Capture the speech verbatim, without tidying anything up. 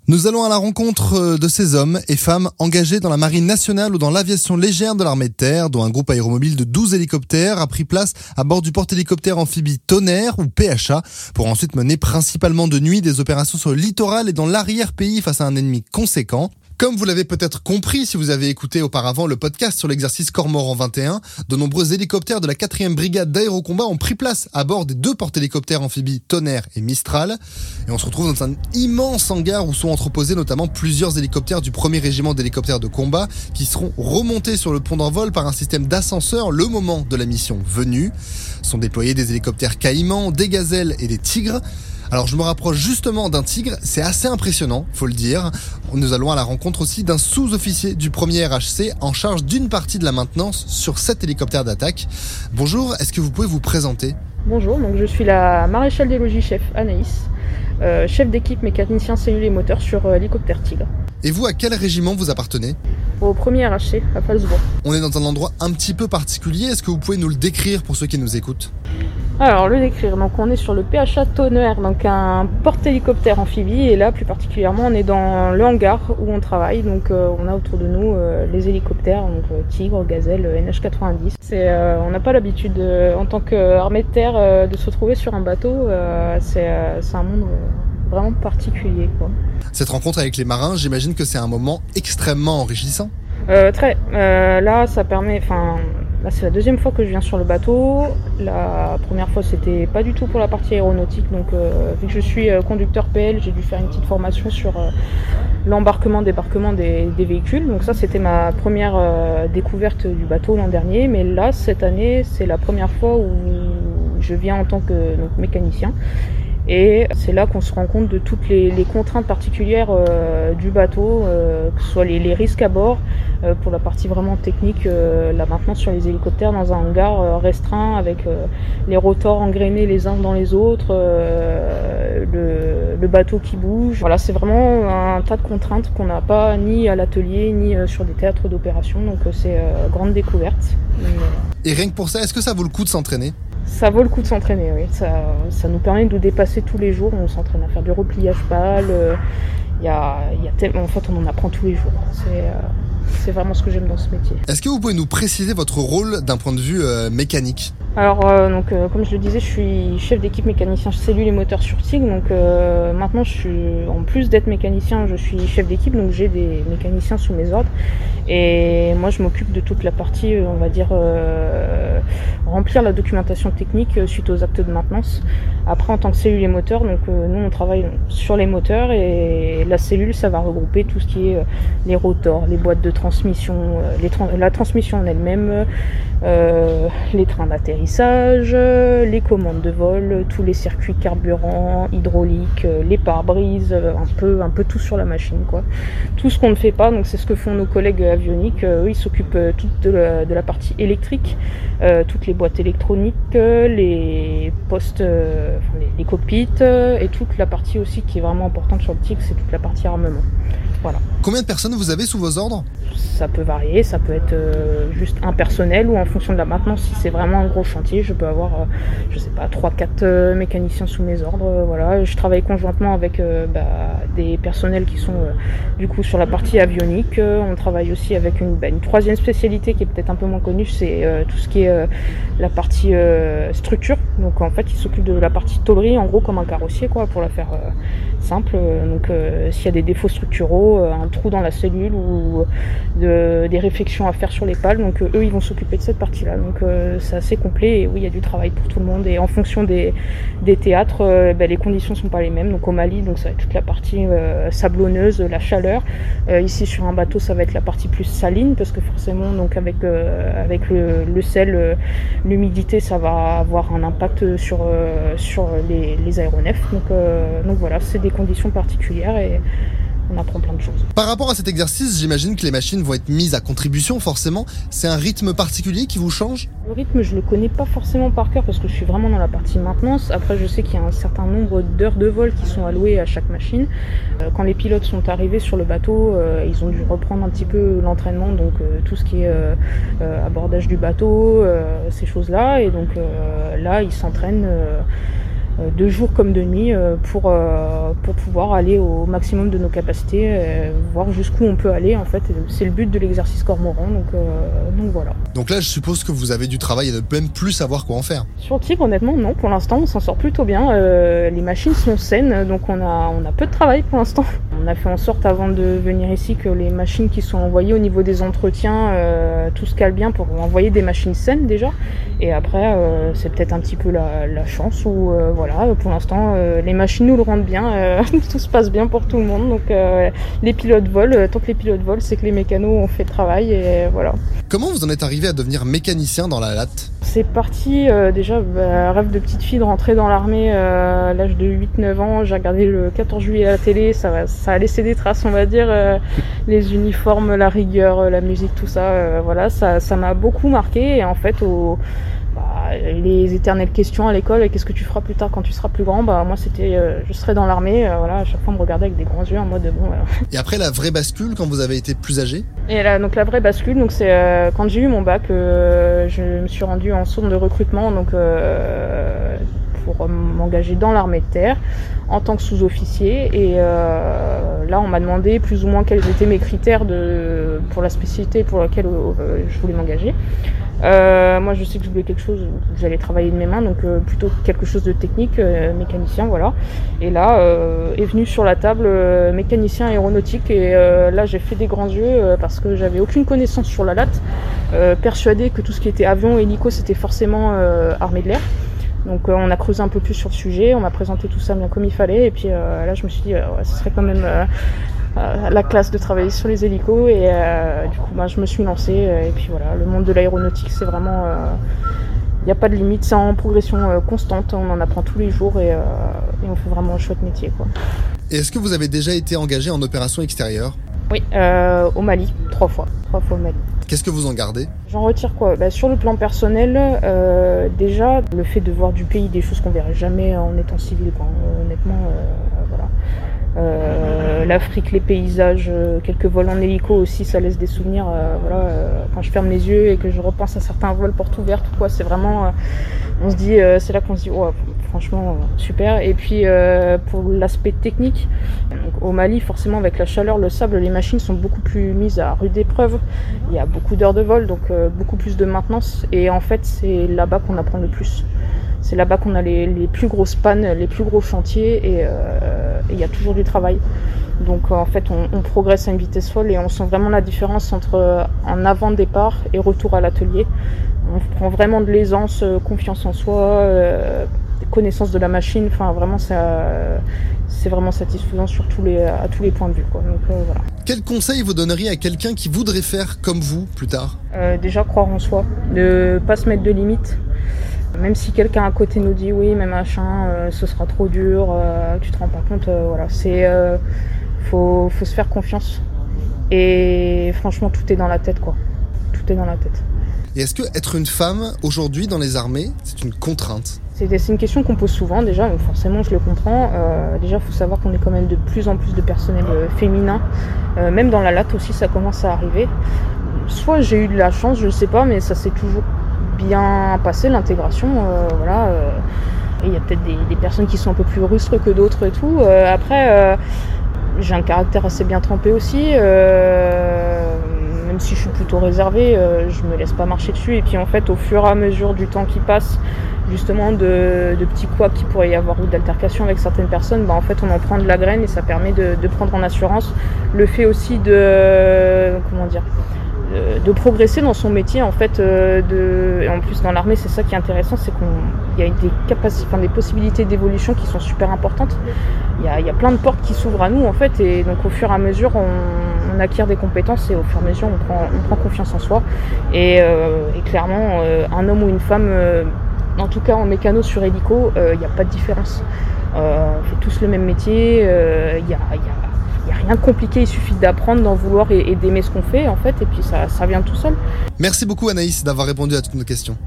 Nous allons à la rencontre de ces hommes et femmes engagés dans la marine nationale ou dans l'aviation légère de l'armée de terre, dont un groupe aéromobile de douze hélicoptères a pris place à bord du porte-hélicoptère amphibie Tonnerre ou P H A pour ensuite mener principalement de nuit des opérations sur le littoral et dans l'arrière-pays face à un ennemi conséquent. Comme vous l'avez peut-être compris si vous avez écouté auparavant le podcast sur l'exercice Cormoran vingt et un, de nombreux hélicoptères de la quatrième brigade d'aérocombat ont pris place à bord des deux porte-hélicoptères amphibies Tonnerre et Mistral. Et on se retrouve dans un immense hangar où sont entreposés notamment plusieurs hélicoptères du premier régiment d'hélicoptères de combat qui seront remontés sur le pont d'envol par un système d'ascenseur le moment de la mission venue. Sont déployés des hélicoptères Caïman, des Gazelles et des Tigres. Alors je me rapproche justement d'un tigre, c'est assez impressionnant, faut le dire. Nous allons à la rencontre aussi d'un sous-officier du premier R H C en charge d'une partie de la maintenance sur cet hélicoptère d'attaque. Bonjour, est-ce que vous pouvez vous présenter ? Bonjour, donc je suis la maréchale des logis chef Anaïs, euh, chef d'équipe mécanicien cellules et moteurs sur euh, l'hélicoptère Tigre. Et vous, à quel régiment vous appartenez ? Au premier R H C, à Phalsbourg. On est dans un endroit un petit peu particulier, est-ce que vous pouvez nous le décrire pour ceux qui nous écoutent ? Alors, le décrire, donc on est sur le P H A Tonnerre, donc un porte-hélicoptère amphibie, et là plus particulièrement on est dans le hangar où on travaille, donc euh, on a autour de nous euh, les hélicoptères, donc euh, Tigre, Gazelle, N H quatre-vingt-dix. C'est, euh, on n'a pas l'habitude euh, en tant qu'armée de terre euh, de se retrouver sur un bateau, euh, c'est, euh, c'est un monde euh, vraiment particulier, quoi. Cette rencontre avec les marins, j'imagine que c'est un moment extrêmement enrichissant. Euh, très. Euh, là, ça permet. Enfin, là, c'est la deuxième fois que je viens sur le bateau. La première fois, c'était pas du tout pour la partie aéronautique. Donc, euh, vu que je suis euh, conducteur P L, j'ai dû faire une petite formation sur euh, l'embarquement, débarquement des, des véhicules. Donc, ça, c'était ma première euh, découverte du bateau l'an dernier. Mais là, cette année, c'est la première fois où je viens en tant que donc, mécanicien. Et c'est là qu'on se rend compte de toutes les, les contraintes particulières euh, du bateau, euh, que ce soit les, les risques à bord, euh, pour la partie vraiment technique, euh, la maintenance sur les hélicoptères dans un hangar euh, restreint avec euh, les rotors engrainés les uns dans les autres, euh, le, le bateau qui bouge. Voilà, c'est vraiment un tas de contraintes qu'on n'a pas ni à l'atelier ni euh, sur des théâtres d'opération, donc euh, c'est euh, grande découverte. Et rien que pour ça, est-ce que ça vaut le coup de s'entraîner ? Ça vaut le coup de s'entraîner, oui. Ça, ça nous permet de nous dépasser tous les jours. On s'entraîne à faire du repliage pâle. Il y a, y a tellement, en fait, on en apprend tous les jours. C'est, euh, c'est vraiment ce que j'aime dans ce métier. Est-ce que vous pouvez nous préciser votre rôle d'un point de vue euh, mécanique ? Alors, euh, donc, euh, comme je le disais, je suis chef d'équipe mécanicien cellules et moteurs sur Tigre. Donc, euh, maintenant, je suis, en plus d'être mécanicien, je suis chef d'équipe. Donc, j'ai des mécaniciens sous mes ordres. Et moi, je m'occupe de toute la partie, on va dire, euh, remplir la documentation technique suite aux actes de maintenance. Après, en tant que cellule et moteur, donc, euh, nous, on travaille sur les moteurs. Et la cellule, ça va regrouper tout ce qui est euh, les rotors, les boîtes de transmission, euh, les tra- la transmission en elle-même, euh, les trains d'atterrissage, les commandes de vol, tous les circuits carburant, hydraulique, les pare-brises, un peu, un peu tout sur la machine, quoi. Tout ce qu'on ne fait pas, donc c'est ce que font nos collègues avioniques. Eux, ils s'occupent toute de la, de la partie électrique, euh, toutes les boîtes électroniques, les postes, euh, enfin, les, les cockpits, euh, et toute la partie aussi qui est vraiment importante sur le Tigre, c'est toute la partie armement. Voilà. Combien de personnes vous avez sous vos ordres ? Ça peut varier, ça peut être euh, juste un personnel ou en fonction de la maintenance, si c'est vraiment un gros chantier, je peux avoir, euh, je sais pas, trois quatre euh, mécaniciens sous mes ordres, euh, voilà. Je travaille conjointement avec euh, bah, des personnels qui sont euh, du coup sur la partie avionique. Euh, on travaille aussi avec une, bah, une troisième spécialité qui est peut-être un peu moins connue, c'est euh, tout ce qui est euh, la partie euh, structure. Donc en fait, ils s'occupent de la partie tôlerie, en gros comme un carrossier, quoi, pour la faire euh, simple. Donc euh, s'il y a des défauts structuraux, euh, un trou dans la cellule ou de, des réflexions à faire sur les pales, donc euh, eux ils vont s'occuper de cette partie-là. Donc euh, c'est assez complet et oui, il y a du travail pour tout le monde. Et en fonction des, des théâtres, euh, bah, les conditions sont pas les mêmes. Donc au Mali, donc ça va être toute la partie euh, sablonneuse, la chaleur. Euh, ici sur un bateau, ça va être la partie plus saline parce que forcément, donc avec euh, avec le, le sel, euh, l'humidité, ça va avoir un impact sur euh, sur les, les aéronefs. Donc euh, donc voilà, c'est des conditions particulières et on apprend plein de choses. Par rapport à cet exercice, j'imagine que les machines vont être mises à contribution, forcément. C'est un rythme particulier qui vous change ? Le rythme, je le connais pas forcément par cœur parce que je suis vraiment dans la partie maintenance. Après, je sais qu'il y a un certain nombre d'heures de vol qui sont allouées à chaque machine. Quand les pilotes sont arrivés sur le bateau, euh, ils ont dû reprendre un petit peu l'entraînement, donc euh, tout ce qui est euh, euh, abordage du bateau, euh, ces choses-là. Et donc euh, là, ils s'entraînent... Euh, euh, de jour comme de nuit, euh, pour, euh, pour pouvoir aller au maximum de nos capacités, euh, voir jusqu'où on peut aller en fait. C'est le but de l'exercice cormoran, donc, euh, donc voilà. Donc là, je suppose que vous avez du travail et de même plus savoir quoi en faire. Sur le tigre, honnêtement, non. Pour l'instant, on s'en sort plutôt bien. Euh, les machines sont saines, donc on a, on a peu de travail pour l'instant. On a fait en sorte, avant de venir ici, que les machines qui sont envoyées au niveau des entretiens, euh, tout se cale bien pour envoyer des machines saines déjà. Et après, euh, c'est peut-être un petit peu la, la chance où, euh, voilà, pour l'instant, euh, les machines nous le rendent bien. Euh, tout se passe bien pour tout le monde. Donc euh, les pilotes volent. Tant que les pilotes volent, c'est que les mécanos ont fait le travail et voilà. Comment vous en êtes arrivé à devenir mécanicien dans la latte ? C'est parti, euh, déjà, bah, rêve de petite fille de rentrer dans l'armée euh, à l'âge de huit neuf ans. J'ai regardé le quatorze juillet à la télé, ça, va, ça a laissé des traces, on va dire. Euh, les uniformes, la rigueur, la musique, tout ça, euh, voilà, ça, ça m'a beaucoup marqué. Et en fait, au, bah, les éternelles questions à l'école, qu'est-ce que tu feras plus tard quand tu seras plus grand ? Bah, moi, c'était, euh, je serai dans l'armée. Euh, voilà, à chaque fois, on me regardait avec des grands yeux en mode bon. Euh. Et après, la vraie bascule quand vous avez été plus âgé ? Et là, donc la vraie bascule, donc c'est euh, quand j'ai eu mon bac, euh, je me suis rendue en centre de recrutement, donc euh, pour m'engager dans l'armée de terre en tant que sous-officier. Et euh, là, on m'a demandé plus ou moins quels étaient mes critères de pour la spécialité pour laquelle euh, je voulais m'engager. Euh, moi, je sais que je voulais quelque chose où j'allais travailler de mes mains, donc euh, plutôt quelque chose de technique, euh, mécanicien, voilà. Et là, euh, est venu sur la table euh, mécanicien aéronautique, et euh, là, j'ai fait des grands yeux euh, parce que j'avais aucune connaissance sur la latte, euh, persuadée que tout ce qui était avion, hélico, c'était forcément euh, armée de l'air. Donc euh, on a creusé un peu plus sur le sujet, on m'a présenté tout ça bien comme il fallait, et puis euh, là, je me suis dit, euh, ouais, ce serait quand même euh, la classe de travailler sur les hélicos, et euh, du coup bah, je me suis lancée, et puis voilà, le monde de l'aéronautique, c'est vraiment, il n'y a pas de limite, c'est en progression euh, constante, on en apprend tous les jours, et, euh, et on fait vraiment un chouette métier, quoi. Et est-ce que vous avez déjà été engagé en opération extérieure ? Oui, euh, au Mali, trois fois, trois fois au Mali. Qu'est-ce que vous en gardez ? J'en retire quoi ? Bah, sur le plan personnel, euh, déjà le fait de voir du pays, des choses qu'on verrait jamais en étant civil, quoi. Honnêtement, euh, voilà. Euh, L'Afrique, les paysages, euh, quelques vols en hélico aussi, ça laisse des souvenirs. Euh, voilà, euh, quand je ferme les yeux et que je repense à certains vols portes ouvertes, quoi, c'est vraiment, euh, on se dit, euh, c'est là qu'on se dit, oh, franchement, euh, super. Et puis euh, pour l'aspect technique, donc, au Mali, forcément, avec la chaleur, le sable, les machines sont beaucoup plus mises à rude épreuve. Il y a beaucoup d'heures de vol, donc euh, beaucoup plus de maintenance. Et en fait, c'est là-bas qu'on apprend le plus. C'est là-bas qu'on a les, les plus grosses pannes, les plus gros chantiers, et euh, il y a toujours du travail. Donc en fait, on, on progresse à une vitesse folle, et on sent vraiment la différence entre un avant-départ et retour à l'atelier. On prend vraiment de l'aisance, confiance en soi, euh, connaissance de la machine. Enfin, vraiment, ça, c'est vraiment satisfaisant sur tous les, à tous les points de vue, quoi. Donc, euh, voilà. Quel conseil vous donneriez à quelqu'un qui voudrait faire comme vous plus tard ? euh, Déjà, croire en soi, ne pas se mettre de limites. Même si quelqu'un à côté nous dit oui mais machin, euh, ce sera trop dur, euh, tu te rends pas compte, euh, voilà, c'est euh, faut, faut se faire confiance. Et franchement, tout est dans la tête, quoi. Tout est dans la tête. Et est-ce que être une femme aujourd'hui dans les armées, c'est une contrainte ? C'est, c'est une question qu'on pose souvent déjà, donc forcément je le comprends. Euh, déjà, il faut savoir qu'on est quand même de plus en plus de personnel euh, féminin. Euh, même dans la latte aussi, ça commence à arriver. Soit j'ai eu de la chance, je ne sais pas, mais ça s'est toujours bien passé, l'intégration, euh, voilà. Euh, et il y a peut-être des, des personnes qui sont un peu plus rustres que d'autres et tout. Euh, après, euh, j'ai un caractère assez bien trempé aussi. Euh, même si je suis plutôt réservée, euh, je me laisse pas marcher dessus. Et puis en fait, au fur et à mesure du temps qui passe, justement de, de petits couacs qu'il pourrait y avoir ou d'altercations avec certaines personnes, bah en fait on en prend de la graine, et ça permet de, de prendre en assurance le fait aussi de, comment dire, de progresser dans son métier, en fait, euh, de... et en plus dans l'armée, c'est ça qui est intéressant, c'est qu'il y a des capacités, enfin, des possibilités d'évolution qui sont super importantes. Il y a, il y a plein de portes qui s'ouvrent à nous, en fait, et donc au fur et à mesure on, on acquiert des compétences, et au fur et à mesure on prend, on prend confiance en soi, et, euh, et clairement euh, un homme ou une femme, euh, en tout cas en mécano sur hélico, il euh, n'y a pas de différence. Euh, on fait tous le même métier, il euh, y a, y a Il n'y a rien de compliqué, il suffit d'apprendre, d'en vouloir et, et d'aimer ce qu'on fait, en fait, et puis ça, ça vient tout seul. Merci beaucoup Anaïs d'avoir répondu à toutes nos questions.